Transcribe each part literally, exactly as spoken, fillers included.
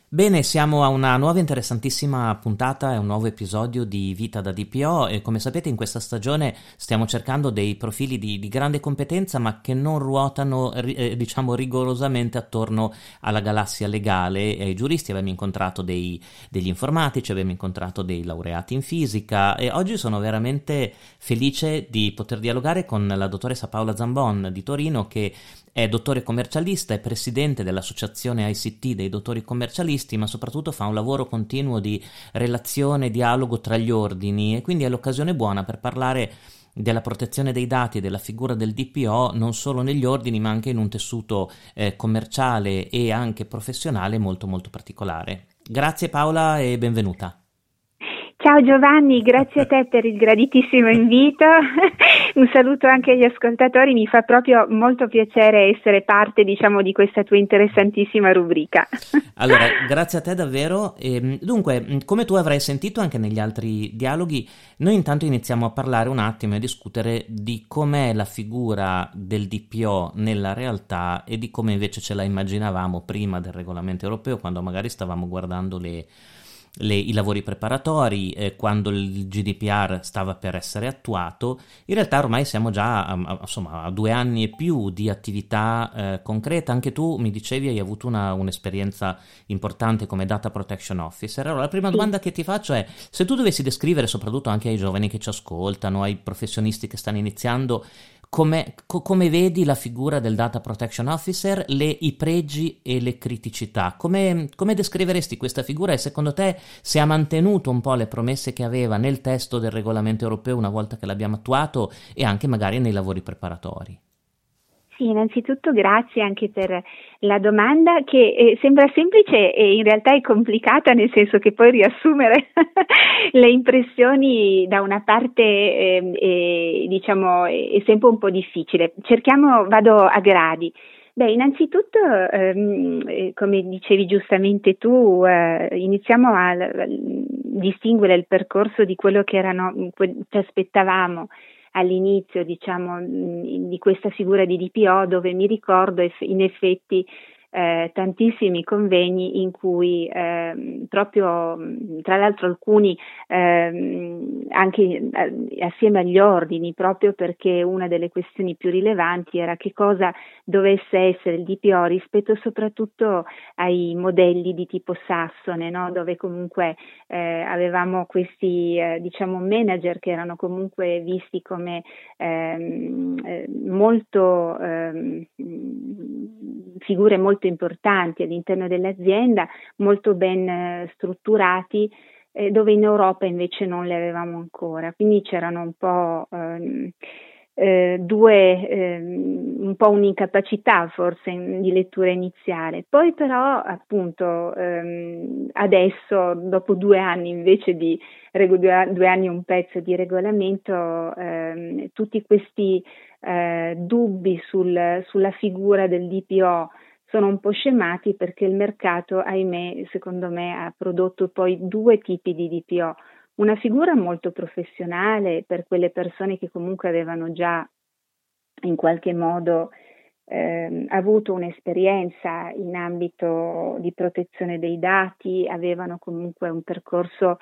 Bene, siamo a una nuova interessantissima puntata e un nuovo episodio di Vita da D P O e come sapete in questa stagione stiamo cercando dei profili di, di grande competenza ma che non ruotano eh, diciamo rigorosamente attorno alla galassia legale e ai giuristi. Abbiamo incontrato dei, degli informatici, abbiamo incontrato dei laureati in fisica e oggi sono veramente felice di poter dialogare con la dottoressa Paola Zambon di Torino, che è dottore commercialista, è presidente dell'associazione I C T dei dottori commercialisti, ma soprattutto fa un lavoro continuo di relazione, dialogo tra gli ordini, e quindi è l'occasione buona per parlare della protezione dei dati e della figura del D P O non solo negli ordini ma anche in un tessuto eh, commerciale e anche professionale molto molto particolare. Grazie Paola e benvenuta. Ciao Giovanni, grazie a te per il graditissimo invito. Un saluto anche agli ascoltatori, mi fa proprio molto piacere essere parte, diciamo, di questa tua interessantissima rubrica. Allora, grazie a te davvero. E, dunque, come tu avrai sentito anche negli altri dialoghi, noi intanto iniziamo a parlare un attimo e a discutere di com'è la figura del D P O nella realtà e di come invece ce la immaginavamo prima del regolamento europeo, quando magari stavamo guardando le Le, i lavori preparatori, eh, quando il G D P R stava per essere attuato. In realtà ormai siamo già a, a, insomma, a due anni e più di attività eh, concreta. Anche tu mi dicevi hai avuto una, un'esperienza importante come Data Protection Officer. Allora la prima Sì. domanda che ti faccio è: se tu dovessi descrivere, soprattutto anche ai giovani che ci ascoltano, ai professionisti che stanno iniziando, Come, co- come vedi la figura del Data Protection Officer, le, i pregi e le criticità? Come, come descriveresti questa figura e secondo te se ha mantenuto un po' le promesse che aveva nel testo del regolamento europeo una volta che l'abbiamo attuato e anche magari nei lavori preparatori? Sì, innanzitutto grazie anche per la domanda che eh, sembra semplice e in realtà è complicata, nel senso che poi riassumere le impressioni da una parte eh, eh, diciamo è sempre un po' difficile. Cerchiamo, vado a gradi. Beh, innanzitutto, ehm, come dicevi giustamente tu, eh, iniziamo a, a distinguere il percorso di quello che erano, che ci aspettavamo all'inizio, diciamo, di questa figura di D P O, dove mi ricordo in effetti eh, tantissimi convegni in cui eh, proprio, tra l'altro alcuni eh, anche eh, assieme agli ordini, proprio perché una delle questioni più rilevanti era che cosa dovesse essere il D P O rispetto soprattutto ai modelli di tipo sassone, no? Dove comunque eh, avevamo questi eh, diciamo manager che erano comunque visti come ehm, eh, molto ehm, figure molto importanti all'interno dell'azienda, molto ben eh, strutturati, eh, dove in Europa invece non le avevamo ancora. Quindi c'erano un po' ehm, eh, due, ehm, un po' un'incapacità forse in, di lettura iniziale. Poi però appunto ehm, adesso, dopo due anni invece di rego- due anni e un pezzo di regolamento, ehm, tutti questi eh, dubbi sul, sulla figura del D P O sono un po' scemati, perché il mercato, ahimè, secondo me, ha prodotto poi due tipi di D P O. Una figura molto professionale per quelle persone che comunque avevano già in qualche modo eh, avuto un'esperienza in ambito di protezione dei dati, avevano comunque un percorso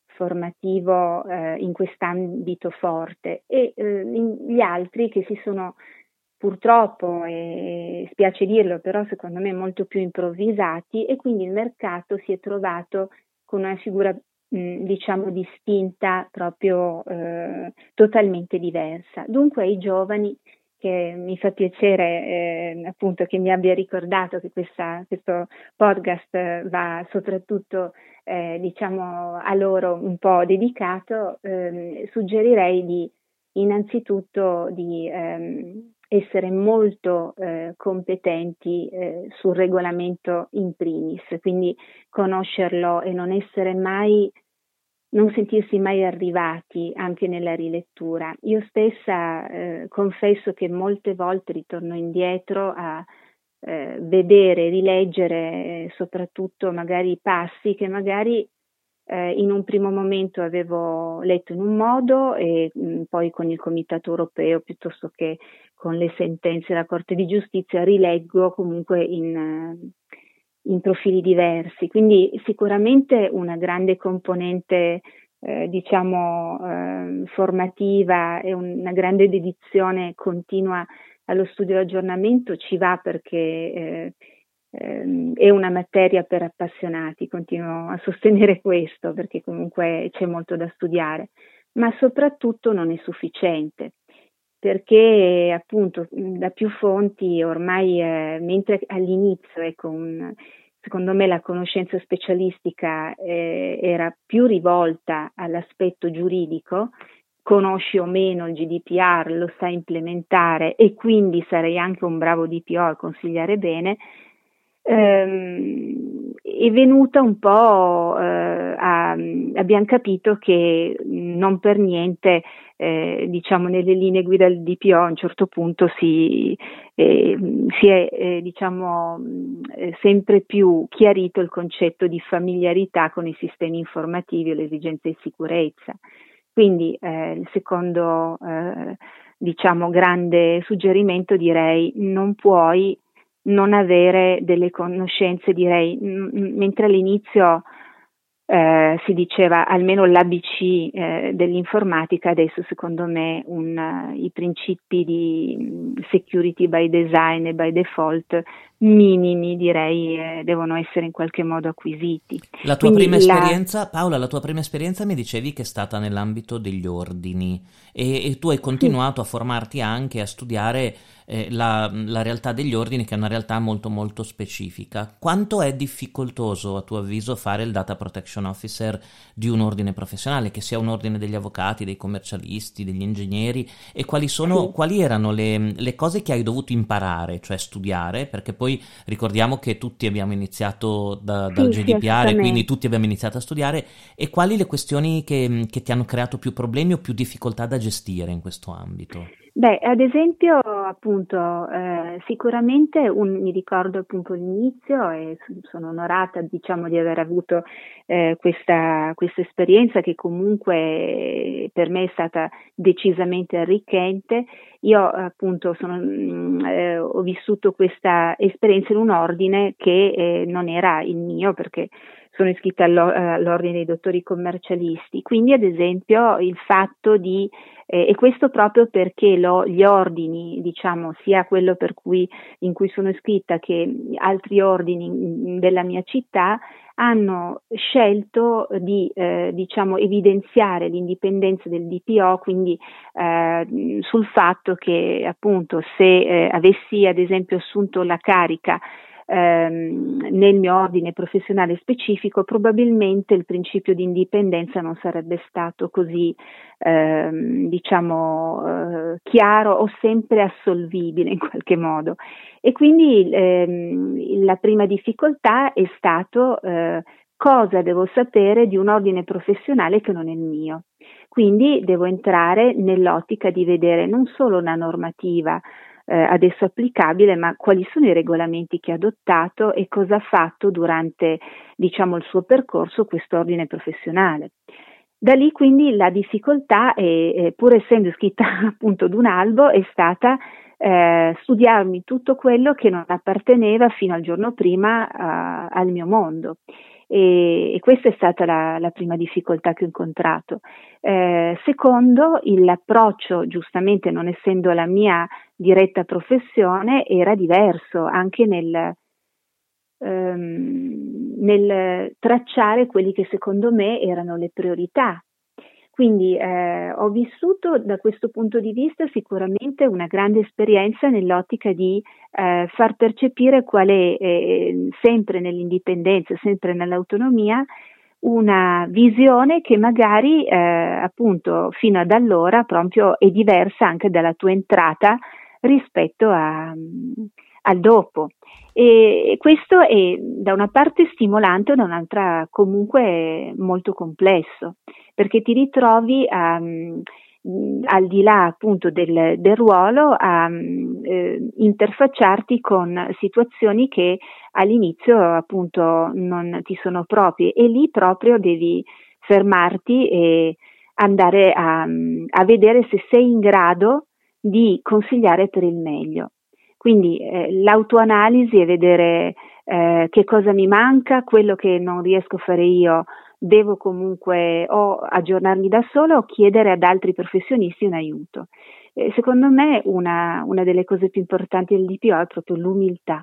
formativo eh, in quest'ambito forte, e eh, gli altri che si sono purtroppo, e spiace dirlo, però secondo me molto più improvvisati, e quindi il mercato si è trovato con una figura mh, diciamo distinta, proprio eh, totalmente diversa. Dunque ai giovani, che mi fa piacere eh, appunto che mi abbia ricordato che questa, questo podcast va soprattutto eh, diciamo a loro un po' dedicato, eh, suggerirei di innanzitutto di ehm, essere molto eh, competenti eh, sul regolamento in primis, quindi conoscerlo e non essere mai, non sentirsi mai arrivati anche nella rilettura. Io stessa eh, confesso che molte volte ritorno indietro a eh, vedere, rileggere eh, soprattutto magari passi che magari eh, in un primo momento avevo letto in un modo e mh, poi con il Comitato Europeo, piuttosto che con le sentenze della Corte di Giustizia, rileggo comunque in, in profili diversi, quindi sicuramente una grande componente eh, diciamo eh, formativa e una grande dedizione continua allo studio e aggiornamento ci va, perché eh, eh, è una materia per appassionati, continuo a sostenere questo, perché comunque c'è molto da studiare, ma soprattutto non è sufficiente, perché appunto da più fonti ormai, eh, mentre all'inizio, ecco, un, secondo me la conoscenza specialistica eh, era più rivolta all'aspetto giuridico, conosci o meno il G D P R, lo sai implementare e quindi sarei anche un bravo D P O a consigliare bene, ehm, è venuta un po' eh, a, abbiamo capito che non per niente eh, diciamo nelle linee guida del D P O a un certo punto si, eh, si è eh, diciamo eh, sempre più chiarito il concetto di familiarità con i sistemi informativi e le esigenze di sicurezza. Quindi eh, il secondo eh, diciamo grande suggerimento, direi, non puoi non avere delle conoscenze, direi, m- mentre all'inizio eh, si diceva almeno l'A B C eh, dell'informatica, adesso secondo me un, uh, i principi di security by design e by default minimi, direi, eh, devono essere in qualche modo acquisiti. La tua Quindi prima la... esperienza, Paola, la tua prima esperienza mi dicevi che è stata nell'ambito degli ordini e, e tu hai continuato Sì. a formarti anche, a studiare eh, la, la realtà degli ordini, che è una realtà molto molto specifica. Quanto è difficoltoso, a tuo avviso, fare il data protection officer di un ordine professionale, che sia un ordine degli avvocati, dei commercialisti, degli ingegneri, e quali sono, Sì. quali erano le, le cose che hai dovuto imparare, cioè studiare, perché poi ricordiamo che tutti abbiamo iniziato da, dal Sì, sì, G D P R, quindi assolutamente. tutti abbiamo iniziato a studiare, e quali le questioni che, che ti hanno creato più problemi o più difficoltà da gestire in questo ambito? Beh, ad esempio, appunto, eh, sicuramente un, mi ricordo appunto l'inizio e sono onorata, diciamo, di aver avuto eh, questa, questa esperienza che comunque per me è stata decisamente arricchente. Io appunto sono, mh, eh, ho vissuto questa esperienza in un ordine che eh, non era il mio, perché sono iscritta all'o- all'ordine dei dottori commercialisti, quindi ad esempio il fatto di Eh, e questo proprio perché lo, gli ordini, diciamo, sia quello per cui, in cui sono iscritta che altri ordini della mia città, hanno scelto di eh, diciamo evidenziare l'indipendenza del D P O, quindi eh, sul fatto che appunto se eh, avessi ad esempio assunto la carica ehm, nel mio ordine professionale specifico, probabilmente il principio di indipendenza non sarebbe stato così ehm, diciamo eh, chiaro o sempre assolvibile in qualche modo. E quindi ehm, la prima difficoltà è stato eh, cosa devo sapere di un ordine professionale che non è il mio. Quindi devo entrare nell'ottica di vedere non solo una normativa eh, adesso applicabile, ma quali sono i regolamenti che ha adottato e cosa ha fatto durante, diciamo, il suo percorso questo ordine professionale. Da lì quindi la difficoltà, è, è, pur essendo iscritta appunto ad un albo, è stata eh, studiarmi tutto quello che non apparteneva fino al giorno prima uh, al mio mondo. E, e questa è stata la, la prima difficoltà che ho incontrato. Eh, secondo, l'approccio, giustamente non essendo la mia diretta professione, era diverso anche nel, ehm, nel tracciare quelli che secondo me erano le priorità. Quindi eh, ho vissuto da questo punto di vista sicuramente una grande esperienza nell'ottica di eh, far percepire qual è eh, sempre nell'indipendenza, sempre nell'autonomia, una visione che magari eh, appunto fino ad allora proprio è diversa anche dalla tua entrata rispetto a, al dopo. E questo è da una parte stimolante, da un'altra comunque molto complesso, perché ti ritrovi a, al di là appunto del, del ruolo a eh, interfacciarti con situazioni che all'inizio appunto non ti sono proprie, e lì proprio devi fermarti e andare a, a vedere se sei in grado di consigliare per il meglio. Quindi eh, l'autoanalisi e vedere eh, che cosa mi manca, quello che non riesco a fare io devo comunque o aggiornarmi da sola o chiedere ad altri professionisti un aiuto. Eh, secondo me una, una delle cose più importanti del D P O è proprio l'umiltà.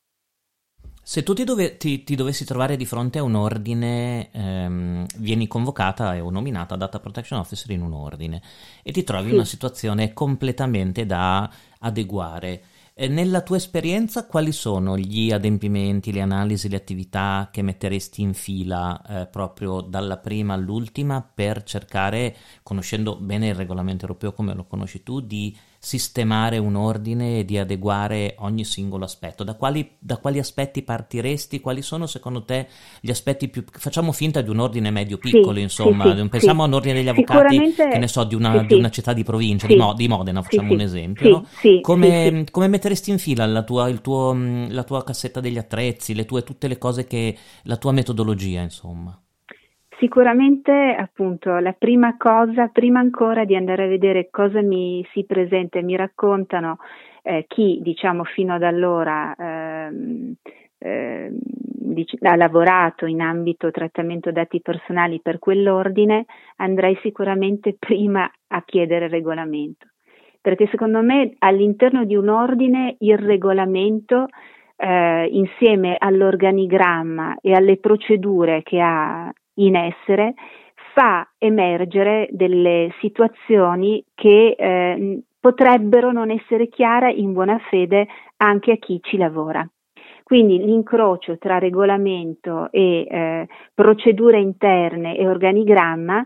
Se tu ti, dove- ti- ti dovessi trovare di fronte a un ordine, ehm, vieni convocata o nominata Data Protection Officer in un ordine e ti trovi in una Sì. situazione completamente da adeguare. Eh, nella tua esperienza, quali sono gli adempimenti, le analisi, le attività che metteresti in fila eh, proprio dalla prima all'ultima per cercare, conoscendo bene il regolamento europeo come lo conosci tu, di sistemare un ordine e di adeguare ogni singolo aspetto? Da quali, da quali aspetti partiresti? Quali sono secondo te gli aspetti più... Facciamo finta di un ordine Sì, medio-piccolo, sì, insomma, sì, pensiamo sì. a un ordine degli avvocati, che ne Sicuramente so, di sì, una, di una sì, città di provincia, di, sì, Mo- di Modena, sì, facciamo un sì, esempio, sì, no? sì, sì, sì. Come, come metteresti in fila la tua, il tuo, mh, la tua cassetta degli attrezzi, le tue, tutte le cose che... la tua metodologia, insomma. Sicuramente, appunto, la prima cosa, prima ancora di andare a vedere cosa mi si presenta e mi raccontano eh, chi, diciamo, fino ad allora ehm, ehm, dic- ha lavorato in ambito trattamento dati personali per quell'ordine, andrei sicuramente prima a chiedere il regolamento. Perché secondo me all'interno di un ordine il regolamento eh, insieme all'organigramma e alle procedure che ha in essere fa emergere delle situazioni che eh, potrebbero non essere chiare in buona fede anche a chi ci lavora. Quindi l'incrocio tra regolamento e eh, procedure interne e organigramma,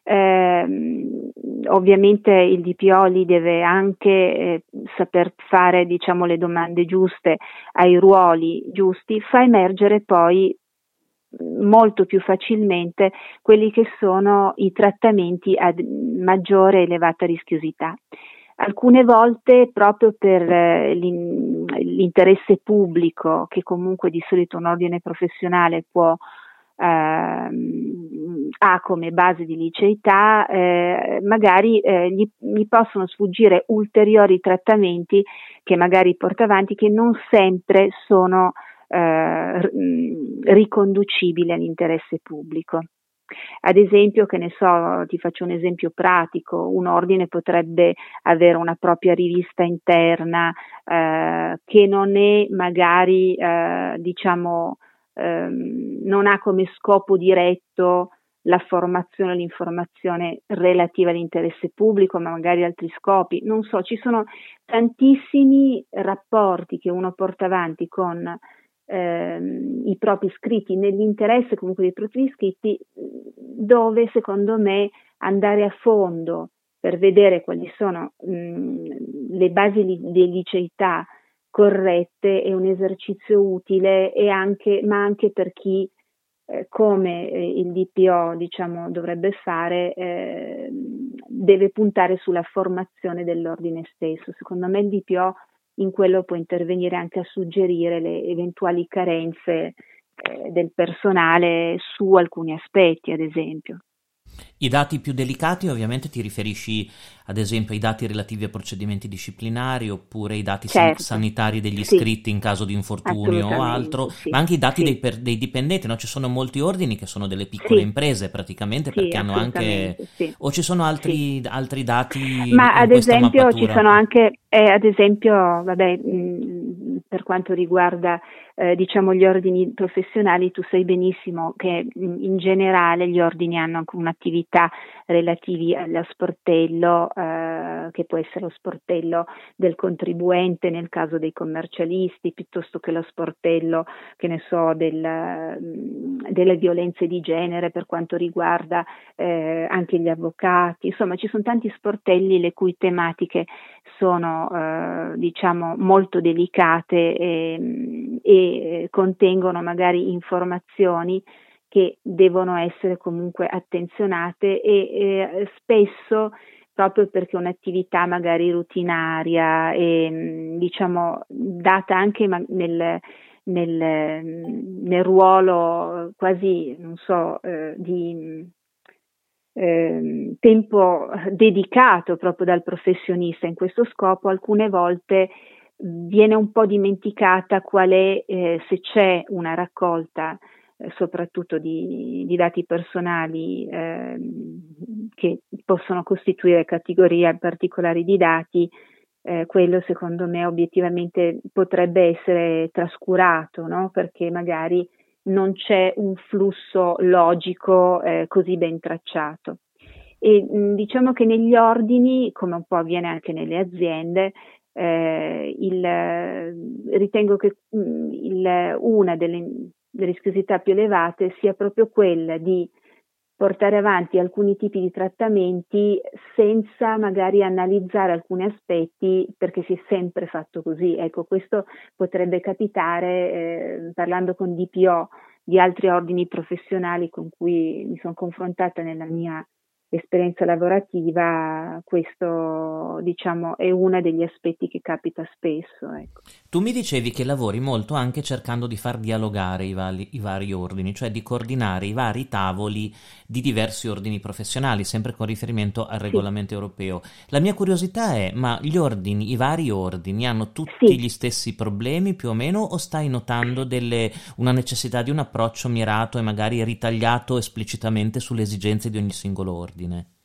ehm, ovviamente il D P O lì deve anche eh, saper fare, diciamo, le domande giuste ai ruoli giusti, fa emergere poi molto più facilmente quelli che sono i trattamenti ad maggiore e elevata rischiosità. Alcune volte proprio per eh, l'interesse pubblico, che comunque di solito un ordine professionale può ehm, ha come base di liceità, eh, magari eh, gli, gli possono sfuggire ulteriori trattamenti che magari porta avanti, che non sempre sono eh, riconducibili all'interesse pubblico. Ad esempio, che ne so, ti faccio un esempio pratico, un ordine potrebbe avere una propria rivista interna eh, che non è magari, eh, diciamo, ehm, non ha come scopo diretto la formazione o l'informazione relativa all'interesse pubblico, ma magari altri scopi. Non so, ci sono tantissimi rapporti che uno porta avanti con ehm, i propri iscritti, nell'interesse comunque dei propri iscritti, dove secondo me andare a fondo per vedere quali sono mh, le basi li- di liceità corrette è un esercizio utile, e anche, ma anche per chi eh, come eh, il D P O diciamo dovrebbe fare, eh, deve puntare sulla formazione dell'ordine stesso. Secondo me il D P O in quello può intervenire anche a suggerire le eventuali carenze eh, del personale su alcuni aspetti, ad esempio. I dati più delicati ovviamente ti riferisci ad esempio ai dati relativi a procedimenti disciplinari oppure i dati san- Certo, sanitari degli sì, iscritti in caso di infortunio o altro, assolutamente, ma sì, anche i dati dei, sì, per- dei dipendenti, no? Ci sono molti ordini che sono delle piccole sì, imprese praticamente sì, perché hanno anche... assolutamente, sì. o ci sono Sì. altri, altri dati in, Ma in ad questa esempio ci mappatura? sono anche, eh, ad esempio, vabbè, mh, per quanto riguarda eh, diciamo gli ordini professionali, tu sai benissimo che mh, in generale gli ordini hanno anche un'attività relativi allo sportello, eh, che può essere lo sportello del contribuente nel caso dei commercialisti, piuttosto che lo sportello, che ne so, del, mh, delle violenze di genere per quanto riguarda eh, anche gli avvocati. Insomma, ci sono tanti sportelli le cui tematiche sono eh, diciamo molto delicate e, e contengono magari informazioni che devono essere comunque attenzionate, e, e spesso proprio perché un'attività magari rutinaria e diciamo data anche nel, nel, nel ruolo quasi, non so, eh, di eh, tempo dedicato proprio dal professionista in questo scopo, alcune volte viene un po' dimenticata qual è, eh, se c'è una raccolta eh, soprattutto di, di dati personali eh, che possono costituire categorie particolari di dati, eh, quello secondo me obiettivamente potrebbe essere trascurato, no? Perché magari non c'è un flusso logico eh, così ben tracciato. E mh, diciamo che negli ordini, come un po' avviene anche nelle aziende, eh, il, ritengo che mh, il, una delle, delle rischiosità più elevate sia proprio quella di portare avanti alcuni tipi di trattamenti senza magari analizzare alcuni aspetti perché si è sempre fatto così. Ecco, questo potrebbe capitare eh, parlando con D P O di altri ordini professionali con cui mi sono confrontata nella mia esperienza lavorativa, questo diciamo è uno degli aspetti che capita spesso. Ecco. Tu mi dicevi che lavori molto anche cercando di far dialogare i vari, i vari ordini, cioè di coordinare i vari tavoli di diversi ordini professionali, sempre con riferimento al Sì, regolamento europeo. La mia curiosità è, ma gli ordini, i vari ordini, hanno tutti sì. gli stessi problemi più o meno, o stai notando delle, una necessità di un approccio mirato e magari ritagliato esplicitamente sulle esigenze di ogni singolo ordine?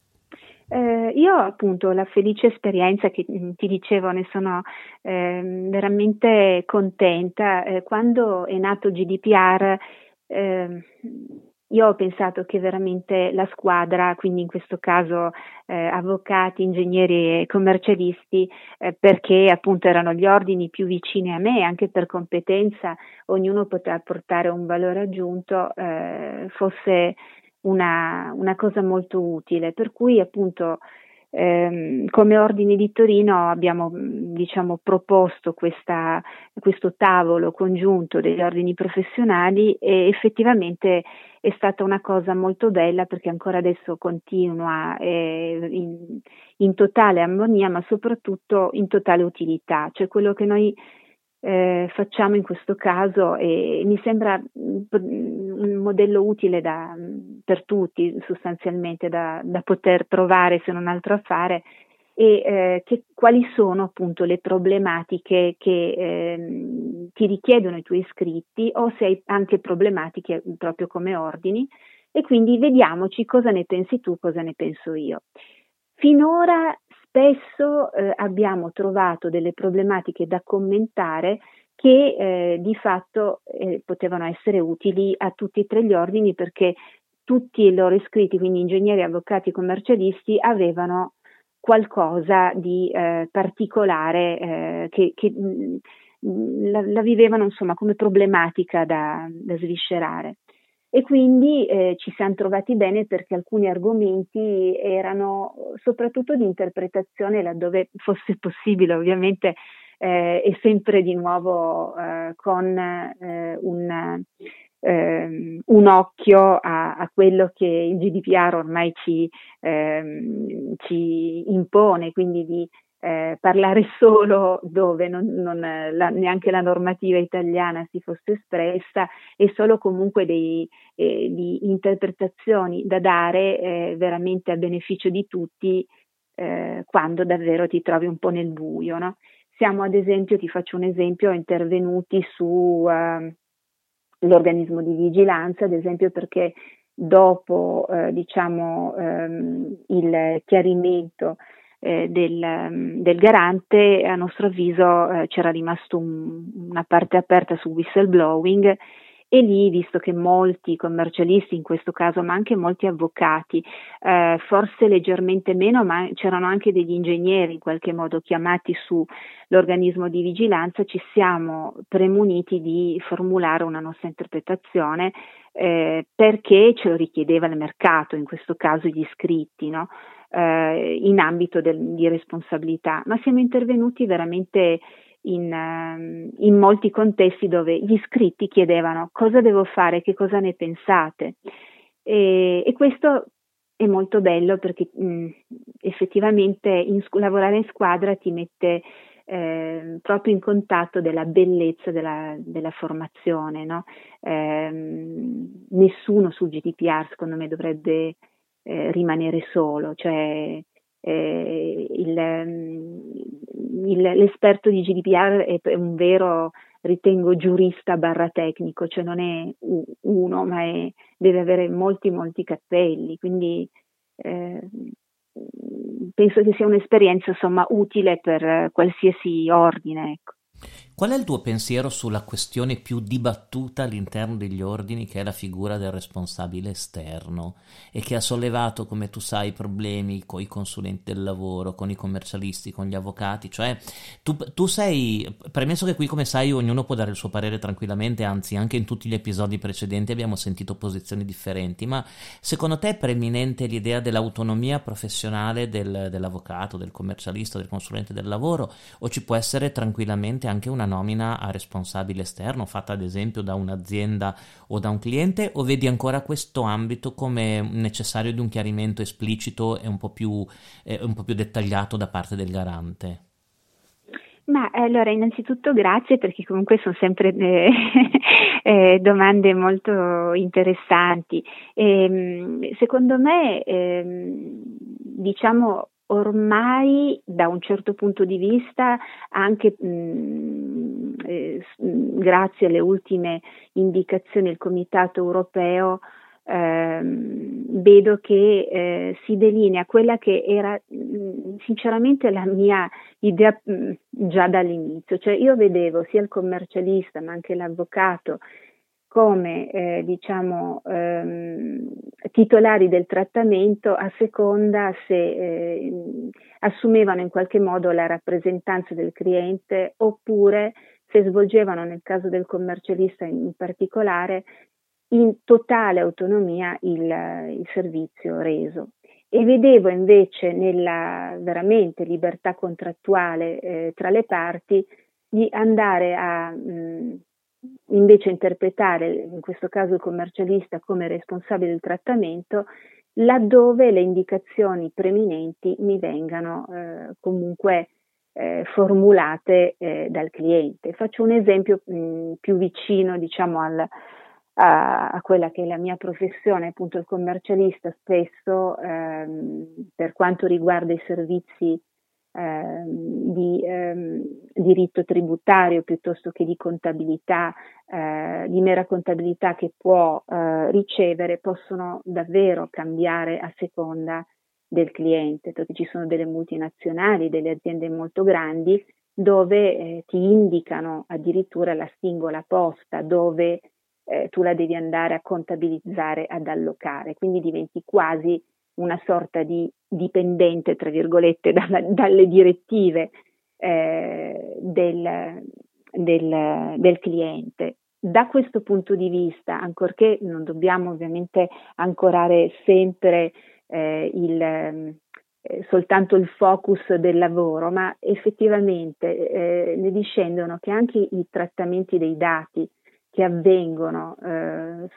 Eh, io appunto ho la felice esperienza che mh, ti dicevo, ne sono ehm, veramente contenta. Eh, quando è nato G D P R, ehm, io ho pensato che veramente la squadra, quindi in questo caso eh, avvocati, ingegneri e commercialisti, eh, perché appunto erano gli ordini più vicini a me, anche per competenza, ognuno poteva portare un valore aggiunto, eh, fosse una, una cosa molto utile, per cui appunto ehm, come Ordini di Torino abbiamo diciamo proposto questa, questo tavolo congiunto degli ordini professionali e effettivamente è stata una cosa molto bella perché ancora adesso continua eh, in, in totale armonia ma soprattutto in totale utilità, cioè quello che noi eh, facciamo in questo caso e mi sembra un modello utile da, per tutti sostanzialmente da, da poter provare se non altro a fare e eh, che, quali sono appunto le problematiche che eh, ti richiedono i tuoi iscritti o se hai anche problematiche proprio come ordini e quindi vediamoci cosa ne pensi tu, cosa ne penso io. Finora spesso eh, abbiamo trovato delle problematiche da commentare che eh, di fatto eh, potevano essere utili a tutti e tre gli ordini perché tutti i loro iscritti, quindi ingegneri, avvocati e commercialisti, avevano qualcosa di eh, particolare eh, che, che mh, la, la vivevano insomma come problematica da, da sviscerare. E quindi eh, ci siamo trovati bene perché alcuni argomenti erano soprattutto di interpretazione laddove fosse possibile, ovviamente eh, e sempre di nuovo eh, con eh, un, eh, un occhio a, a quello che il G D P R ormai ci, ehm, ci impone, quindi di eh, parlare solo dove non, non, la, neanche la normativa italiana si fosse espressa e solo comunque dei, eh, di interpretazioni da dare eh, veramente a beneficio di tutti eh, quando davvero ti trovi un po' nel buio, no? Siamo ad esempio, ti faccio un esempio, intervenuti su uh, l'organismo di vigilanza, ad esempio perché dopo eh, diciamo um, il chiarimento eh, del, um, del garante, a nostro avviso eh, c'era rimasto un, una parte aperta su whistleblowing e lì, visto che molti commercialisti in questo caso, ma anche molti avvocati, eh, forse leggermente meno, ma c'erano anche degli ingegneri in qualche modo chiamati sull'organismo di vigilanza, ci siamo premuniti di formulare una nostra interpretazione eh, perché ce lo richiedeva il mercato, in questo caso gli iscritti, no? eh, in ambito del, di responsabilità, ma siamo intervenuti veramente In, in molti contesti dove gli iscritti chiedevano cosa devo fare, che cosa ne pensate e, e questo è molto bello perché mh, effettivamente in, lavorare in squadra ti mette eh, proprio in contatto della bellezza della, della formazione, no? eh, nessuno sul G D P R secondo me dovrebbe eh, rimanere solo, cioè Eh, il, il, l'esperto di G D P R è un vero, ritengo, giurista barra tecnico, cioè non è uno, ma è, deve avere molti molti cappelli, quindi eh, penso che sia un'esperienza, insomma, utile per qualsiasi ordine, ecco. Qual è il tuo pensiero sulla questione più dibattuta all'interno degli ordini, che è la figura del responsabile esterno, e che ha sollevato, come tu sai, problemi con i consulenti del lavoro, con i commercialisti, con gli avvocati? Cioè, tu, tu sei, premesso che qui, come sai, ognuno può dare il suo parere tranquillamente, anzi anche in tutti gli episodi precedenti abbiamo sentito posizioni differenti, ma secondo te è preminente l'idea dell'autonomia professionale del, dell'avvocato, del commercialista, del consulente del lavoro, o ci può essere tranquillamente anche una nomina a responsabile esterno fatta ad esempio da un'azienda o da un cliente, o vedi ancora questo ambito come necessario di un chiarimento esplicito e un po' più, eh, un po' più dettagliato da parte del garante? Ma allora, innanzitutto grazie, perché comunque sono sempre eh, eh, domande molto interessanti. E, secondo me, ehm, diciamo, ormai da un certo punto di vista, anche mh, eh, grazie alle ultime indicazioni del Comitato europeo, ehm, vedo che eh, si delinea quella che era mh, sinceramente la mia idea mh, già dall'inizio, cioè io vedevo sia il commercialista ma anche l'avvocato come eh, diciamo ehm, titolari del trattamento a seconda se eh, assumevano in qualche modo la rappresentanza del cliente, oppure se svolgevano, nel caso del commercialista in particolare, in totale autonomia il, il servizio reso. E vedevo invece nella veramente libertà contrattuale eh, tra le parti di andare a mh, invece interpretare, in questo caso il commercialista, come responsabile del trattamento, laddove le indicazioni preminenti mi vengano eh, comunque eh, formulate eh, dal cliente. Faccio un esempio mh, più vicino, diciamo, al, a, a quella che è la mia professione. Appunto, il commercialista spesso ehm, per quanto riguarda i servizi ehm, di ehm, diritto tributario piuttosto che di contabilità, eh, di mera contabilità che può eh, ricevere, possono davvero cambiare a seconda del cliente, perché ci sono delle multinazionali, delle aziende molto grandi dove eh, ti indicano addirittura la singola posta dove eh, tu la devi andare a contabilizzare, ad allocare, quindi diventi quasi una sorta di dipendente, tra virgolette, dalla, dalle direttive eh, del, del, del cliente. Da questo punto di vista, ancorché non dobbiamo ovviamente ancorare sempre eh, il, eh, soltanto il focus del lavoro, ma effettivamente eh, ne discendono che anche i trattamenti dei dati che avvengono eh,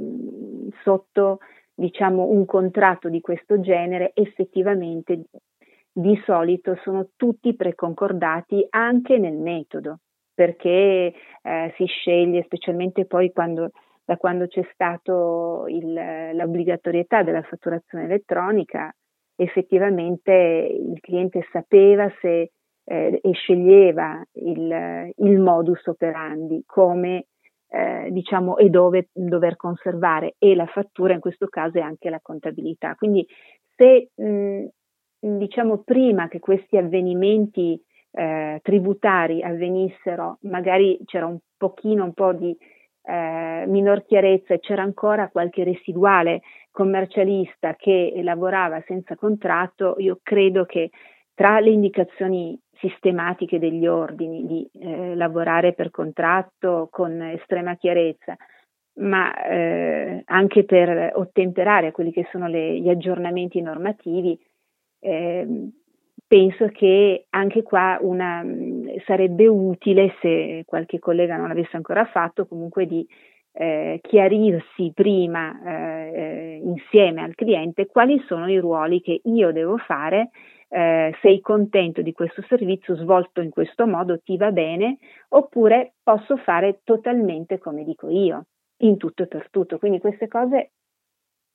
sotto, diciamo, un contratto di questo genere, effettivamente di solito sono tutti preconcordati anche nel metodo, perché eh, si sceglie, specialmente poi quando, da quando c'è stato il, l'obbligatorietà della fatturazione elettronica, effettivamente il cliente sapeva se eh, e sceglieva il, il modus operandi, come eh, diciamo, e dove dover conservare e la fattura, in questo caso, e anche la contabilità. Quindi se mh, diciamo prima che questi avvenimenti eh, tributari avvenissero, magari c'era un pochino, un po' di eh, minor chiarezza e c'era ancora qualche residuale commercialista che lavorava senza contratto, io credo che tra le indicazioni sistematiche degli ordini di eh, lavorare per contratto con estrema chiarezza, ma eh, anche per ottemperare a quelli che sono le, gli aggiornamenti normativi, eh, penso che anche qua una, sarebbe utile, se qualche collega non l'avesse ancora fatto, comunque di eh, chiarirsi prima eh, insieme al cliente quali sono i ruoli che io devo fare. Eh, sei contento di questo servizio svolto in questo modo, ti va bene, oppure posso fare totalmente come dico io, in tutto e per tutto. Quindi queste cose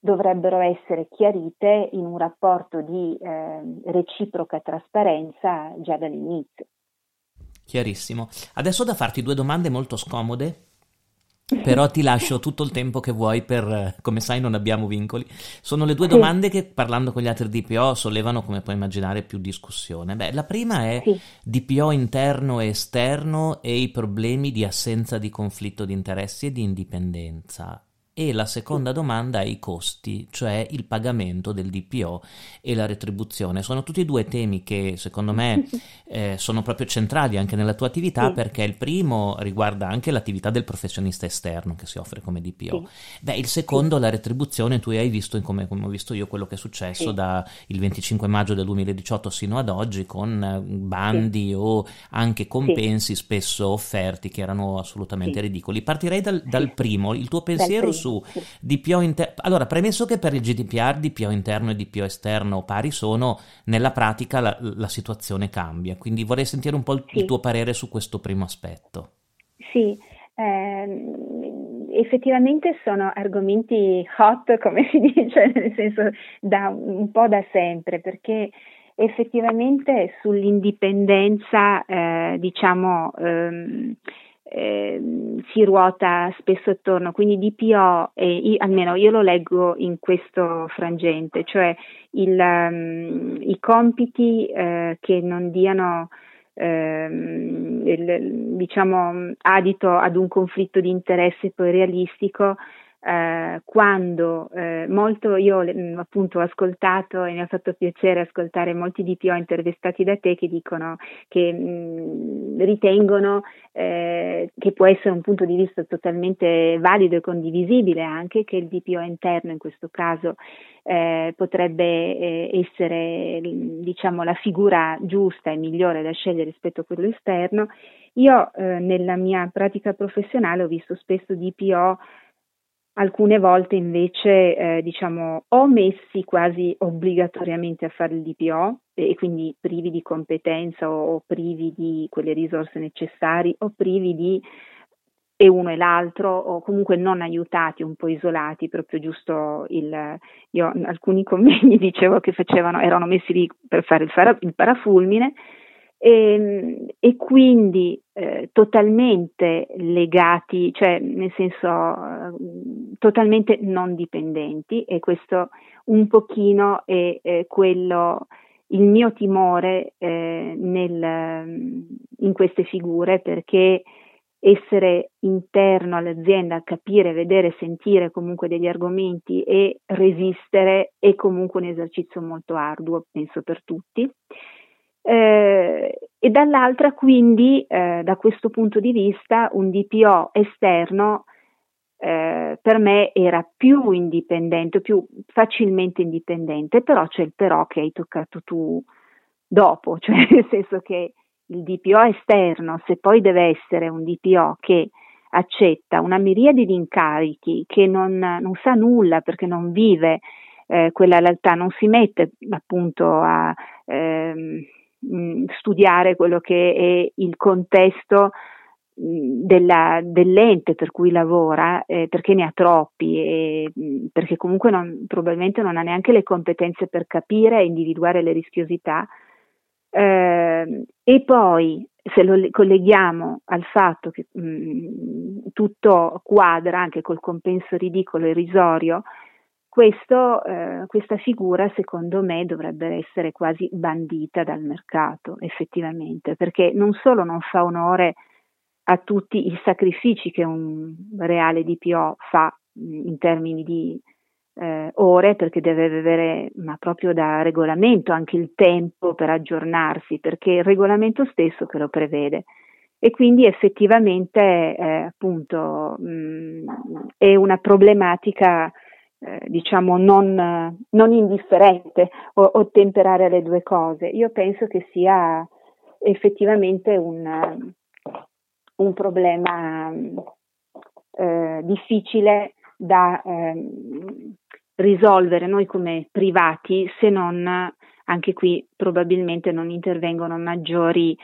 dovrebbero essere chiarite in un rapporto di eh, reciproca trasparenza già dall'inizio. Chiarissimo. Adesso ho da farti due domande molto scomode, però ti lascio tutto il tempo che vuoi per, come sai, non abbiamo vincoli. Sono le due Sì. domande che, parlando con gli altri D P O, sollevano, come puoi immaginare, più discussione. Beh, la prima è Sì. D P O interno e esterno e i problemi di assenza di conflitto di interessi e di indipendenza. E la seconda Sì. domanda è i costi, cioè il pagamento del D P O e la retribuzione. Sono tutti e due temi che, secondo me, eh, sono proprio centrali anche nella tua attività, Sì. perché il primo riguarda anche l'attività del professionista esterno che si offre come D P O. Sì. Beh, il secondo, la retribuzione, tu hai visto, come, come ho visto io, quello che è successo Sì. dal venticinque maggio del duemiladiciotto sino ad oggi, con bandi Sì. o anche compensi Sì. spesso offerti che erano assolutamente Sì. ridicoli. Partirei dal, dal Sì. primo, il tuo Dal pensiero primo. su Sì. D P O interno. Allora, premesso che per il G D P R D P O interno e D P O esterno pari sono, nella pratica la, la situazione cambia, quindi vorrei sentire un po' il, il Sì. tuo parere su questo primo aspetto. Sì, ehm, effettivamente sono argomenti hot, come si dice, nel senso da un po' da sempre, perché effettivamente sull'indipendenza, eh, diciamo, ehm, ehm, si ruota spesso attorno, quindi D P O, e io- almeno io lo leggo in questo frangente, cioè il, ehm, i compiti eh, che non diano ehm, il, diciamo adito ad un conflitto di interesse poi realistico, eh, quando eh, molto io mh, appunto ho ascoltato e mi ha fatto piacere ascoltare molti D P O intervistati da te che dicono che mh, ritengono eh, che può essere un punto di vista totalmente valido e condivisibile anche, che il D P O interno in questo caso eh, potrebbe eh, essere diciamo la figura giusta e migliore da scegliere rispetto a quello esterno. Io eh, nella mia pratica professionale ho visto spesso D P O alcune volte invece eh, diciamo o messi quasi obbligatoriamente a fare il D P O e, e quindi privi di competenza o, o privi di quelle risorse necessarie o privi di e uno e l'altro o comunque non aiutati, un po' isolati, proprio giusto il io alcuni convegni dicevo che facevano erano messi lì per fare il, fara, il parafulmine e, e quindi eh, totalmente legati, cioè nel senso eh, totalmente non dipendenti, e questo un pochino è, è quello il mio timore eh, nel, in queste figure, perché essere interno all'azienda, capire, vedere, sentire comunque degli argomenti e resistere è comunque un esercizio molto arduo, penso per tutti. Eh, e dall'altra quindi eh, da questo punto di vista un D P O esterno eh, per me era più indipendente, più facilmente indipendente, però c'è il però che hai toccato tu dopo, cioè nel senso che il D P O esterno, se poi deve essere un D P O che accetta una miriade di incarichi, che non, non sa nulla perché non vive eh, quella realtà, non si mette appunto a ehm, studiare quello che è il contesto della, dell'ente per cui lavora, eh, perché ne ha troppi e perché comunque non, probabilmente non ha neanche le competenze per capire e individuare le rischiosità. Eh, e poi se lo colleghiamo al fatto che mh, tutto quadra anche col compenso ridicolo e irrisorio, questo, eh, questa figura secondo me dovrebbe essere quasi bandita dal mercato effettivamente, perché non solo non fa onore a tutti i sacrifici che un reale D P O fa in termini di eh, ore, perché deve avere, ma proprio da regolamento, anche il tempo per aggiornarsi, perché è il regolamento stesso che lo prevede. E quindi effettivamente eh, appunto mh, è una problematica eh, diciamo non, non indifferente o, ottemperare alle due cose. Io penso che sia effettivamente un, un problema eh, difficile da eh, risolvere noi come privati, se non anche qui probabilmente non intervengono maggiori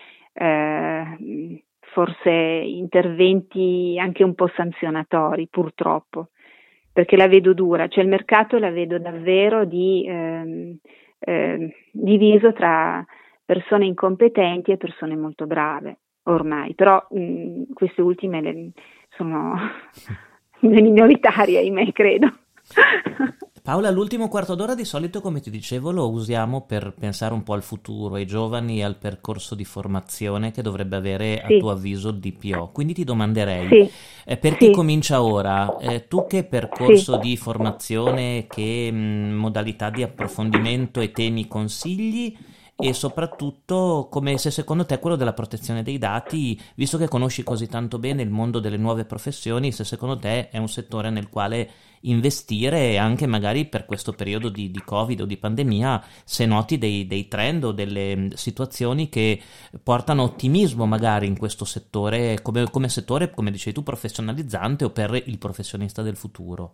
eh, forse interventi anche un po' sanzionatori, purtroppo, perché la vedo dura, cioè il mercato la vedo davvero di, ehm, eh, diviso tra persone incompetenti e persone molto brave ormai, però mh, queste ultime le, sono le minoritarie, ahimè, credo. Paola, l'ultimo quarto d'ora di solito, come ti dicevo, lo usiamo per pensare un po' al futuro, ai giovani e al percorso di formazione che dovrebbe avere, a Sì, tuo avviso, il D P O. Quindi ti domanderei, sì, eh, per chi sì, comincia ora, eh, tu che sì. percorso di formazione, che mh, modalità di approfondimento e temi consigli? E soprattutto come se secondo te quello della protezione dei dati, visto che conosci così tanto bene il mondo delle nuove professioni, se secondo te è un settore nel quale investire anche magari per questo periodo di, di Covid o di pandemia, se noti dei, dei trend o delle mh, situazioni che portano ottimismo magari in questo settore, come, come settore, come dicevi tu, professionalizzante o per il professionista del futuro.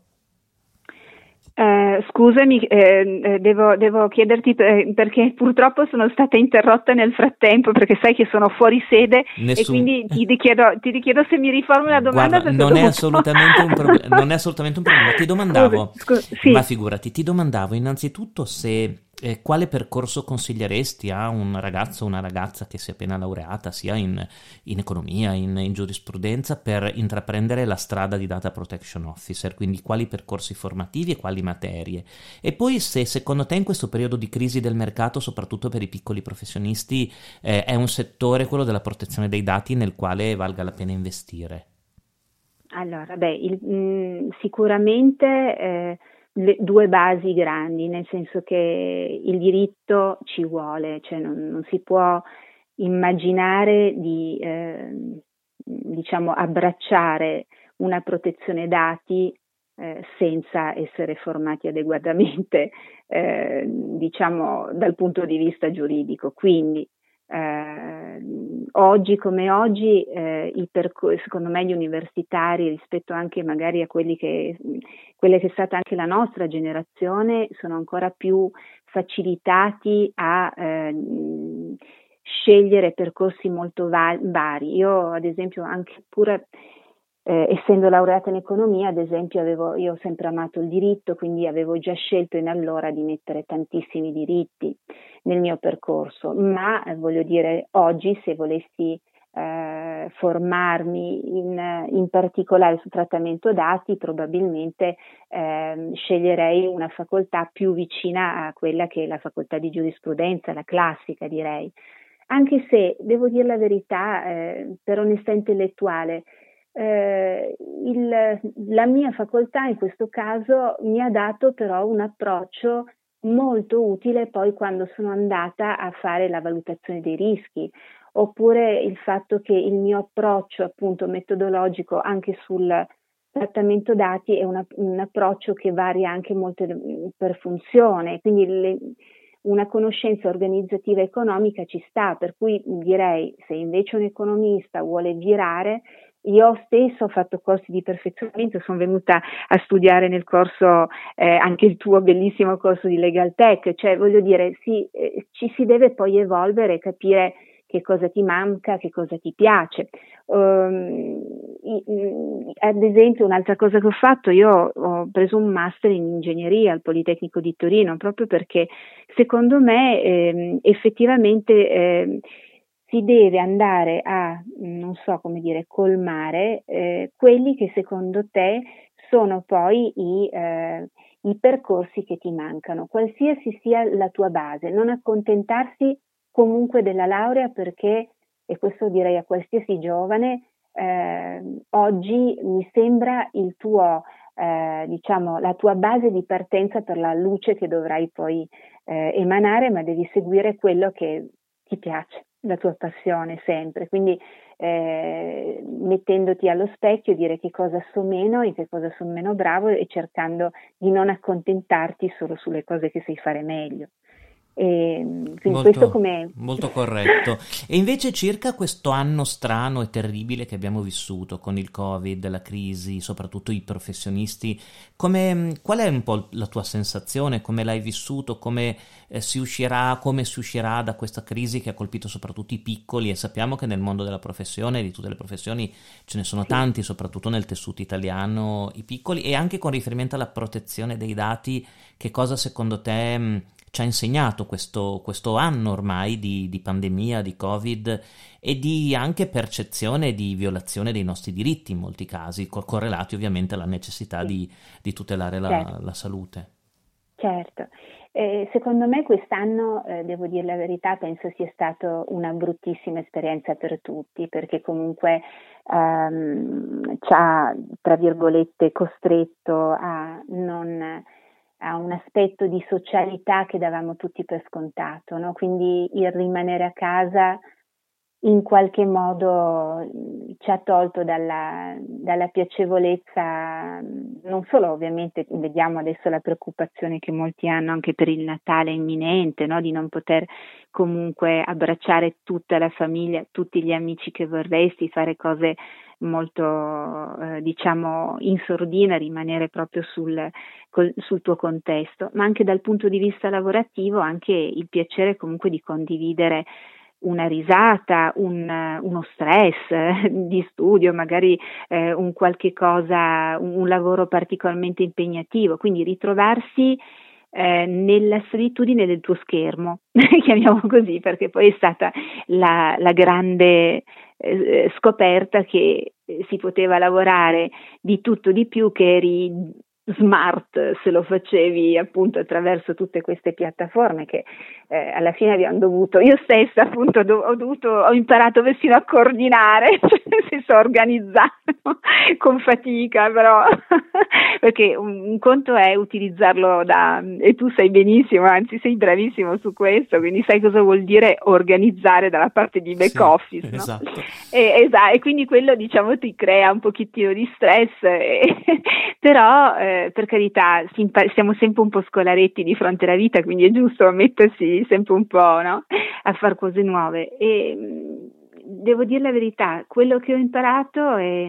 Eh, scusami, eh, eh, devo, devo chiederti per- perché purtroppo sono stata interrotta nel frattempo perché sai che sono fuori sede e Nessun... quindi ti richiedo, ti richiedo se mi riformuli la domanda Guarda, perché ho non è dovuto... assolutamente un proble- non è assolutamente un problema. Ti Scusi, domandavo, scusi, ma sì. figurati, ti domandavo innanzitutto se eh, quale percorso consiglieresti a un ragazzo o una ragazza che si è appena laureata, sia in, in economia, in, in giurisprudenza, per intraprendere la strada di Data Protection Officer, quindi quali percorsi formativi e quali materie. E poi se secondo te in questo periodo di crisi del mercato, soprattutto per i piccoli professionisti, eh, è un settore, quello della protezione dei dati, nel quale valga la pena investire. Allora, beh, il- mh, sicuramente eh, le due basi grandi, nel senso che il diritto ci vuole, cioè non, non si può immaginare di eh, diciamo abbracciare una protezione dati eh, senza essere formati adeguatamente eh, diciamo dal punto di vista giuridico. Quindi eh, oggi come oggi eh, i percorsi, secondo me gli universitari rispetto anche magari a quelli che quelle che è stata anche la nostra generazione sono ancora più facilitati a eh, scegliere percorsi molto va- vari. Io ad esempio anche pure eh, essendo laureata in economia, ad esempio avevo, io ho sempre amato il diritto, quindi avevo già scelto in allora di mettere tantissimi diritti nel mio percorso, ma eh, voglio dire oggi se volessi eh, formarmi in, in particolare su trattamento dati, probabilmente eh, sceglierei una facoltà più vicina a quella che è la facoltà di giurisprudenza, la classica direi. Anche se, devo dire la verità, eh, per onestà intellettuale, eh, il, la mia facoltà in questo caso mi ha dato però un approccio molto utile poi quando sono andata a fare la valutazione dei rischi, oppure il fatto che il mio approccio appunto metodologico anche sul trattamento dati è una, un approccio che varia anche molto per funzione, quindi le, una conoscenza organizzativa e economica ci sta, per cui direi se invece un economista vuole virare, io stesso ho fatto corsi di perfezionamento, sono venuta a studiare nel corso eh, anche il tuo bellissimo corso di Legal Tech, cioè voglio dire sì, eh, ci si deve poi evolvere e capire che cosa ti manca, che cosa ti piace. Um, ad esempio un'altra cosa che ho fatto, io ho preso un master in ingegneria al Politecnico di Torino proprio perché secondo me ehm, effettivamente ehm, si deve andare a, non so come dire, colmare eh, quelli che secondo te sono poi i, eh, i percorsi che ti mancano, qualsiasi sia la tua base, non accontentarsi comunque della laurea perché, e questo direi a qualsiasi giovane, eh, oggi mi sembra il tuo, eh, diciamo, la tua base di partenza per la luce che dovrai poi eh, emanare, ma devi seguire quello che ti piace, la tua passione sempre. Quindi eh, mettendoti allo specchio, dire che cosa so meno, in che cosa sono meno bravo e cercando di non accontentarti solo sulle cose che sai fare meglio. E quindi questo Molto, come... molto corretto. E invece circa questo anno strano e terribile che abbiamo vissuto con il Covid, la crisi, soprattutto i professionisti, come, qual è un po' la tua sensazione? Come l'hai vissuto? Come eh, si uscirà, come si uscirà da questa crisi che ha colpito soprattutto i piccoli? E sappiamo che nel mondo della professione, di tutte le professioni, ce ne sono Sì. tanti, soprattutto nel tessuto italiano, i piccoli, e anche con riferimento alla protezione dei dati, che cosa secondo te mh, ci ha insegnato questo, questo anno ormai di, di pandemia, di Covid e di anche percezione di violazione dei nostri diritti in molti casi, co- correlati ovviamente alla necessità Sì, di, di tutelare la, certo. la salute. Certo, eh, secondo me quest'anno, eh, devo dire la verità, penso sia stata una bruttissima esperienza per tutti, perché comunque ehm, ci ha, tra virgolette, costretto a, non, a un aspetto di socialità che davamo tutti per scontato, no? Quindi il rimanere a casa in qualche modo mh, ci ha tolto dalla, dalla piacevolezza, mh, non solo ovviamente vediamo adesso la preoccupazione che molti hanno anche per il Natale imminente, no? Di non poter comunque abbracciare tutta la famiglia, tutti gli amici che vorresti, fare cose molto eh, diciamo in sordina, rimanere proprio sul, col, sul tuo contesto, ma anche dal punto di vista lavorativo, anche il piacere comunque di condividere una risata, un, uno stress eh, di studio, magari eh, un qualche cosa, un, un lavoro particolarmente impegnativo, quindi ritrovarsi eh, nella solitudine del tuo schermo, chiamiamo così, perché poi è stata la, la grande eh, scoperta che si poteva lavorare di tutto di più, che eri smart se lo facevi appunto attraverso tutte queste piattaforme che eh, alla fine abbiamo dovuto, io stessa appunto do, ho dovuto, ho imparato persino a coordinare, cioè nel senso organizzare con fatica, però perché un, un conto è utilizzarlo da, e tu sai benissimo, anzi sei bravissimo su questo, quindi sai cosa vuol dire organizzare dalla parte di back Sì, office, no? esatto. E, esatto, e quindi quello diciamo ti crea un pochettino di stress, e, però eh, per carità si impa- siamo sempre un po' scolaretti di fronte alla vita, quindi è giusto mettersi sempre un po', no? A fare cose nuove. E mh, devo dire la verità, quello che ho imparato è,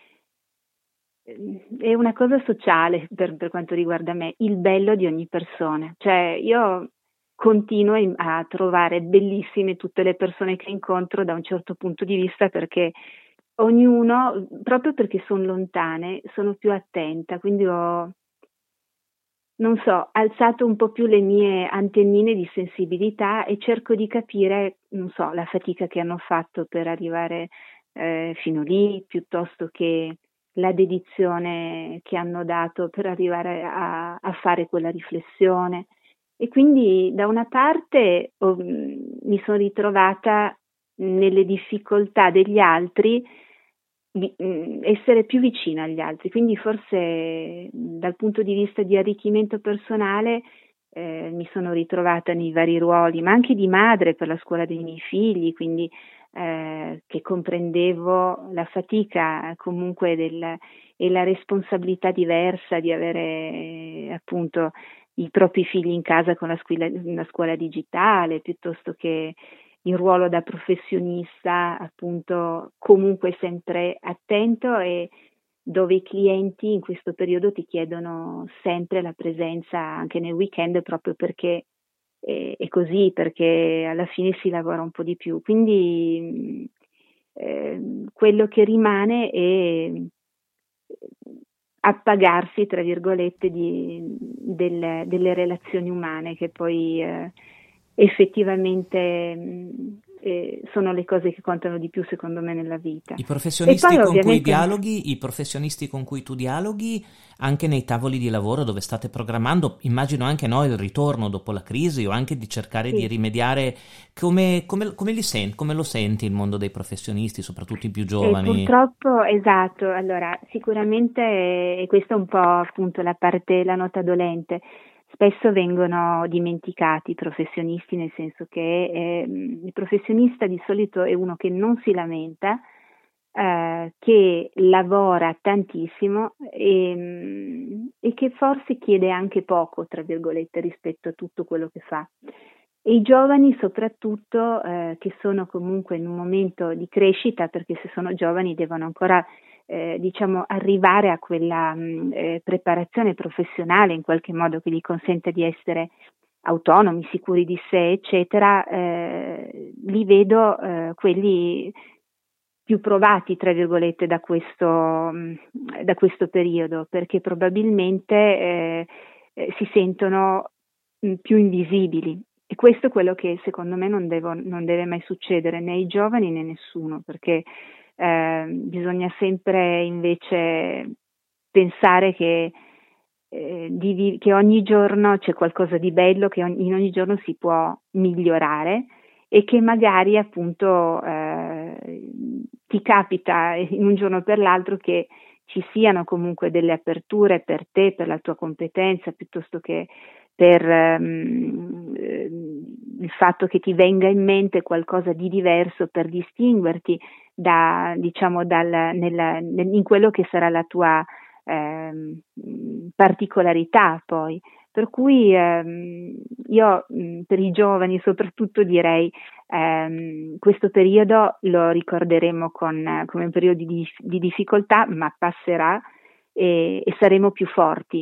è una cosa sociale per, per quanto riguarda me, il bello di ogni persona. Cioè io continuo a, a trovare bellissime tutte le persone che incontro da un certo punto di vista, perché ognuno, proprio perché sono lontane, sono più attenta, quindi ho, non so, alzato un po' più le mie antennine di sensibilità e cerco di capire, non so, la fatica che hanno fatto per arrivare eh, fino lì, piuttosto che la dedizione che hanno dato per arrivare a, a fare quella riflessione. E quindi da una parte oh, mi sono ritrovata nelle difficoltà degli altri, vi- mh, essere più vicina agli altri, quindi forse mh, dal punto di vista di arricchimento personale eh, mi sono ritrovata nei vari ruoli, ma anche di madre per la scuola dei miei figli, quindi eh, che comprendevo la fatica comunque del, e la responsabilità diversa di avere eh, appunto i propri figli in casa con la scuola, la scuola digitale, piuttosto che il ruolo da professionista, appunto, comunque sempre attento, e dove i clienti in questo periodo ti chiedono sempre la presenza anche nel weekend, proprio perché è, è così, perché alla fine si lavora un po' di più. Quindi eh, quello che rimane è appagarsi, tra virgolette, di, del, delle relazioni umane, che poi eh, effettivamente mh, eh, sono le cose che contano di più secondo me nella vita. I E professionisti poi con cui ovviamente dialoghi, i professionisti con cui tu dialoghi, anche nei tavoli di lavoro dove state programmando, immagino anche no, il ritorno dopo la crisi o anche di cercare di sì. rimediare, come, come, come li senti, come lo senti il mondo dei professionisti, soprattutto i più E giovani? purtroppo, esatto, allora sicuramente, e questa è un po' appunto la parte, la nota dolente, spesso vengono dimenticati i professionisti, nel senso che eh, il professionista di solito è uno che non si lamenta, eh, che lavora tantissimo e, e che forse chiede anche poco, tra virgolette, rispetto a tutto quello che fa. e i giovani soprattutto eh, che sono comunque in un momento di crescita, perché se sono giovani devono ancora eh, diciamo arrivare a quella mh, eh, preparazione professionale in qualche modo che gli consenta di essere autonomi, sicuri di sé, eccetera, eh, li vedo eh, quelli più provati, tra virgolette, da questo, mh, da questo periodo, perché probabilmente eh, eh, si sentono mh, più invisibili. E questo è quello che secondo me non, devo, non deve mai succedere né ai giovani né a nessuno, perché eh, bisogna sempre invece pensare che, eh, di, che ogni giorno c'è qualcosa di bello, che ogni, in ogni giorno si può migliorare e che magari appunto eh, ti capita in un giorno per l'altro che ci siano comunque delle aperture per te, per la tua competenza, piuttosto che per um, il fatto che ti venga in mente qualcosa di diverso per distinguerti da, diciamo, dal, nella, nel, in quello che sarà la tua eh, particolarità poi. Per cui ehm, io mh, per i giovani soprattutto direi ehm, questo periodo lo ricorderemo con, come un periodo di, di difficoltà, ma passerà e, e saremo più forti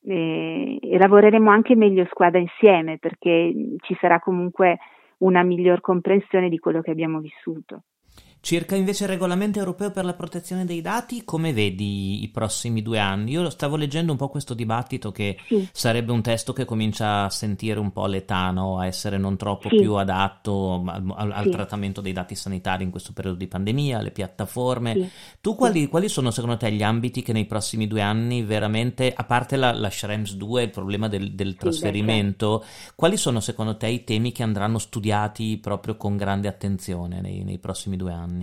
e, e lavoreremo anche meglio squadra insieme perché ci sarà comunque una miglior comprensione di quello che abbiamo vissuto. Circa invece il regolamento europeo per la protezione dei dati, come vedi i prossimi due anni? Io stavo leggendo un po' questo dibattito che Sì, sarebbe un testo che comincia a sentire un po' l'età, no? A essere non troppo sì, più adatto al, al- al sì, trattamento dei dati sanitari in questo periodo di pandemia, alle piattaforme. sì, Tu sì, quali, quali sono secondo te gli ambiti che nei prossimi due anni veramente, a parte la, la Schrems due, il problema del, del sì, beh, certo. trasferimento, quali sono secondo te i temi che andranno studiati proprio con grande attenzione nei, nei prossimi due anni?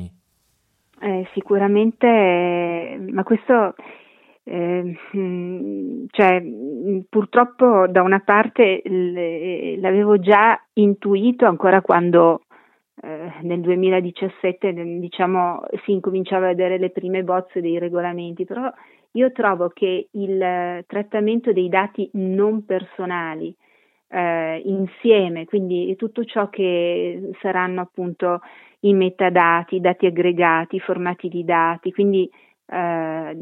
Eh, sicuramente, eh, ma questo, eh, mh, cioè, mh, purtroppo da una parte l- l'avevo già intuito ancora quando eh, nel duemiladiciassette, nel- diciamo, si incominciava a vedere le prime bozze dei regolamenti, però io trovo che il eh, trattamento dei dati non personali eh, insieme, quindi tutto ciò che saranno appunto i metadati, i dati aggregati, i formati di dati, quindi eh,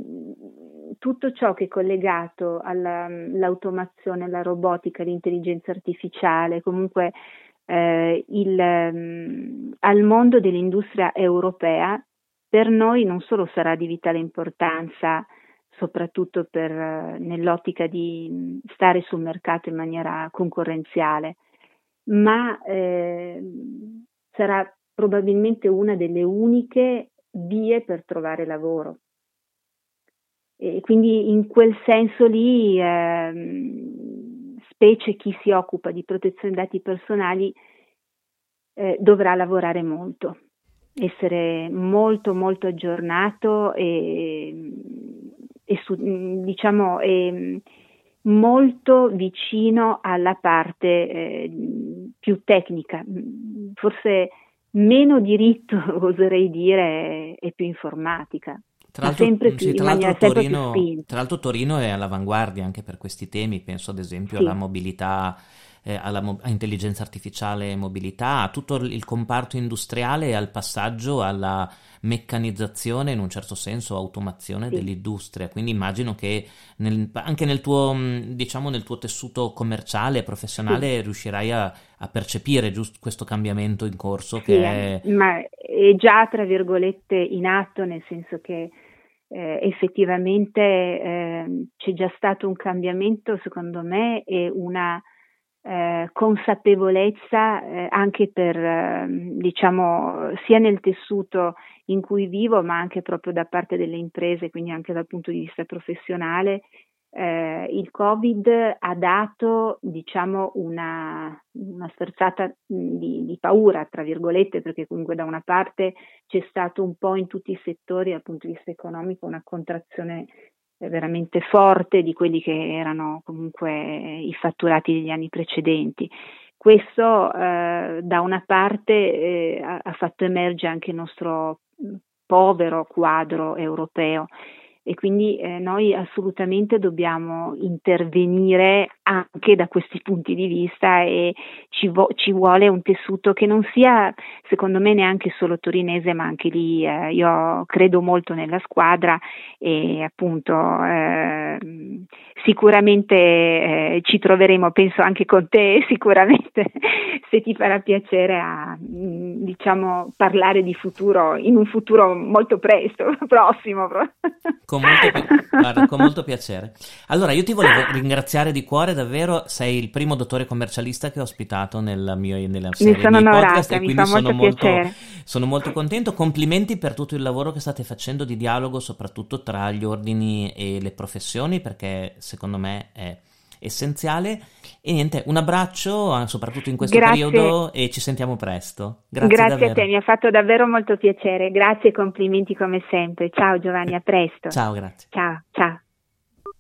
tutto ciò che è collegato all'automazione, alla robotica, all'intelligenza artificiale, comunque eh, il, um, al mondo dell'industria europea, per noi non solo sarà di vitale importanza, soprattutto per, eh, nell'ottica di stare sul mercato in maniera concorrenziale, ma eh, sarà probabilmente una delle uniche vie per trovare lavoro. E quindi in quel senso lì, ehm, specie chi si occupa di protezione dei dati personali, eh, dovrà lavorare molto, essere molto molto aggiornato e, e su, diciamo e molto vicino alla parte eh, più tecnica, forse meno diritto oserei dire e più informatica, Tra ma l'altro, sempre mm, più sì, in tra l'altro maniera sempre più Torino, spinta. tra l'altro Torino è all'avanguardia anche per questi temi, penso ad esempio alla Sì, mobilità, eh, alla mo- a intelligenza artificiale e mobilità, a tutto il il comparto industriale e al passaggio alla meccanizzazione, in un certo senso automazione sì, dell'industria. Quindi immagino che nel- anche nel tuo, mm, diciamo, nel tuo tessuto commerciale e sì. professionale riuscirai a, a percepire giusto questo cambiamento in corso che Sì, è... eh, ma è già tra virgolette in atto, nel senso che eh, effettivamente eh, c'è già stato un cambiamento, secondo me, e una eh, consapevolezza eh, anche per, eh, diciamo, sia nel tessuto in cui vivo, ma anche proprio da parte delle imprese, quindi anche dal punto di vista professionale. Eh, il Covid ha dato, diciamo, una, una sferzata mh, di, di paura, tra virgolette, perché comunque da una parte c'è stato un po' in tutti i settori dal punto di vista economico una contrazione eh, veramente forte di quelli che erano comunque eh, i fatturati degli anni precedenti. Questo eh, da una parte eh, ha, ha fatto emergere anche il nostro mh, povero quadro europeo e quindi eh, noi assolutamente dobbiamo intervenire anche da questi punti di vista e ci, vo- ci vuole un tessuto che non sia, secondo me, neanche solo torinese, ma anche lì eh, io credo molto nella squadra e appunto eh, sicuramente eh, ci troveremo, penso anche con te sicuramente, se ti farà piacere a diciamo parlare di futuro in un futuro molto presto, prossimo. Con molto, guarda, con molto piacere. Allora io ti volevo ringraziare di cuore, davvero, sei il primo dottore commercialista che ho ospitato nella mia nella serie mi sono di onorata, podcast e mi quindi fa molto sono molto, piacere. sono molto contento. Complimenti per tutto il lavoro che state facendo di dialogo, soprattutto tra gli ordini e le professioni, perché secondo me è essenziale. E niente, un abbraccio soprattutto in questo Grazie. periodo e ci sentiamo presto. Grazie, Grazie davvero. a te, mi ha fatto davvero molto piacere. Grazie e complimenti come sempre. Ciao Giovanni, a presto. Ciao, grazie. Ciao, ciao.